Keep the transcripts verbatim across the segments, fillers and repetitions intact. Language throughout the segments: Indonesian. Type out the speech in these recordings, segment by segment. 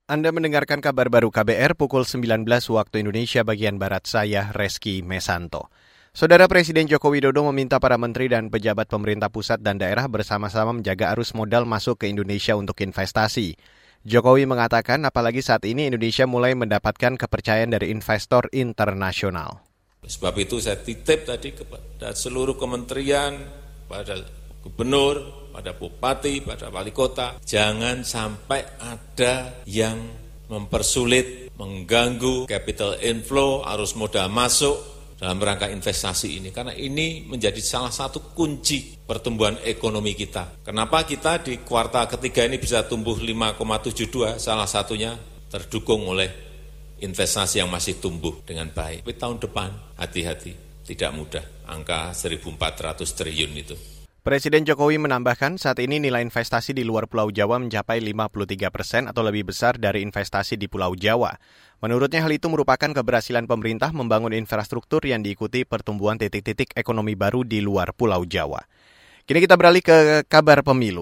Anda mendengarkan kabar baru K B R pukul sembilan belas waktu Indonesia bagian Barat, saya Reski Mesanto. Saudara Presiden Joko Widodo meminta para menteri dan pejabat pemerintah pusat dan daerah bersama-sama menjaga arus modal masuk ke Indonesia untuk investasi. Jokowi mengatakan apalagi saat ini Indonesia mulai mendapatkan kepercayaan dari investor internasional. Sebab itu saya titip tadi kepada seluruh kementerian, pada gubernur, pada bupati, pada wali kota, jangan sampai ada yang mempersulit, mengganggu capital inflow, arus modal masuk dalam rangka investasi ini. Karena ini menjadi salah satu kunci pertumbuhan ekonomi kita. Kenapa kita di kuartal ketiga ini bisa tumbuh lima koma tujuh dua, salah satunya terdukung oleh investasi yang masih tumbuh dengan baik. Tapi tahun depan, hati-hati, tidak mudah, angka seribu empat ratus triliun itu. Presiden Jokowi menambahkan saat ini nilai investasi di luar Pulau Jawa mencapai lima puluh tiga persen atau lebih besar dari investasi di Pulau Jawa. Menurutnya hal itu merupakan keberhasilan pemerintah membangun infrastruktur yang diikuti pertumbuhan titik-titik ekonomi baru di luar Pulau Jawa. Kini kita beralih ke kabar pemilu.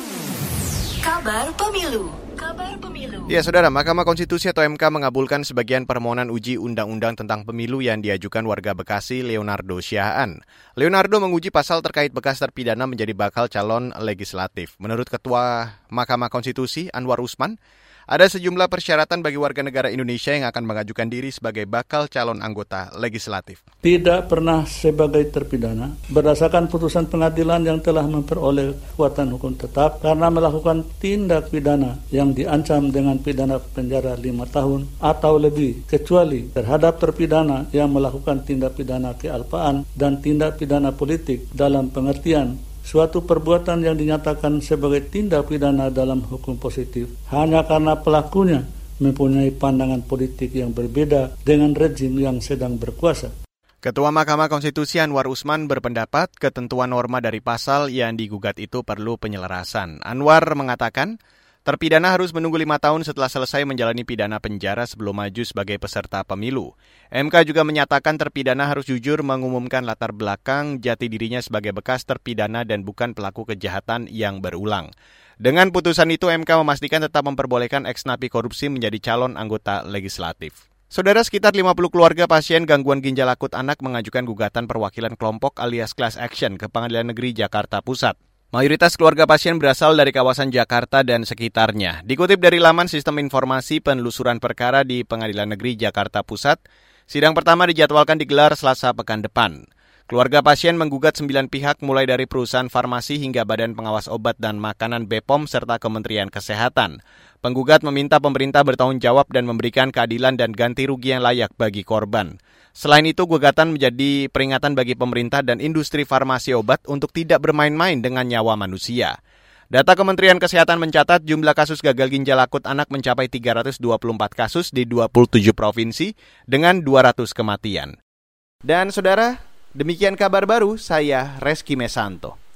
Kabar pemilu. Kabar pemilu. Ya, Saudara, Mahkamah Konstitusi atau M K mengabulkan sebagian permohonan uji undang-undang tentang pemilu yang diajukan warga Bekasi Leonardo Siahaan. Leonardo menguji pasal terkait bekas terpidana menjadi bakal calon legislatif. Menurut Ketua Mahkamah Konstitusi Anwar Usman, ada sejumlah persyaratan bagi warga negara Indonesia yang akan mengajukan diri sebagai bakal calon anggota legislatif. Tidak pernah sebagai terpidana berdasarkan putusan pengadilan yang telah memperoleh kekuatan hukum tetap karena melakukan tindak pidana yang diancam dengan pidana penjara lima tahun atau lebih, kecuali terhadap terpidana yang melakukan tindak pidana kealpaan dan tindak pidana politik dalam pengertian suatu perbuatan yang dinyatakan sebagai tindak pidana dalam hukum positif hanya karena pelakunya mempunyai pandangan politik yang berbeda dengan rezim yang sedang berkuasa. Ketua Mahkamah Konstitusi Anwar Usman berpendapat ketentuan norma dari pasal yang digugat itu perlu penyelarasan. Anwar mengatakan terpidana harus menunggu lima tahun setelah selesai menjalani pidana penjara sebelum maju sebagai peserta pemilu. M K juga menyatakan terpidana harus jujur mengumumkan latar belakang jati dirinya sebagai bekas terpidana dan bukan pelaku kejahatan yang berulang. Dengan putusan itu, M K memastikan tetap memperbolehkan ex-napi korupsi menjadi calon anggota legislatif. Saudara, sekitar lima puluh keluarga pasien gangguan ginjal akut anak mengajukan gugatan perwakilan kelompok alias class action ke Pengadilan Negeri Jakarta Pusat. Mayoritas keluarga pasien berasal dari kawasan Jakarta dan sekitarnya. Dikutip dari laman Sistem Informasi Penelusuran Perkara di Pengadilan Negeri Jakarta Pusat, sidang pertama dijadwalkan digelar Selasa pekan depan. Keluarga pasien menggugat sembilan pihak mulai dari perusahaan farmasi hingga Badan Pengawas Obat dan Makanan B P O M serta Kementerian Kesehatan. Penggugat meminta pemerintah bertanggung jawab dan memberikan keadilan dan ganti rugi yang layak bagi korban. Selain itu, gugatan menjadi peringatan bagi pemerintah dan industri farmasi obat untuk tidak bermain-main dengan nyawa manusia. Data Kementerian Kesehatan mencatat jumlah kasus gagal ginjal akut anak mencapai tiga ratus dua puluh empat kasus di dua puluh tujuh provinsi dengan dua ratus kematian. Dan saudara, demikian kabar baru, saya Reski Mesanto.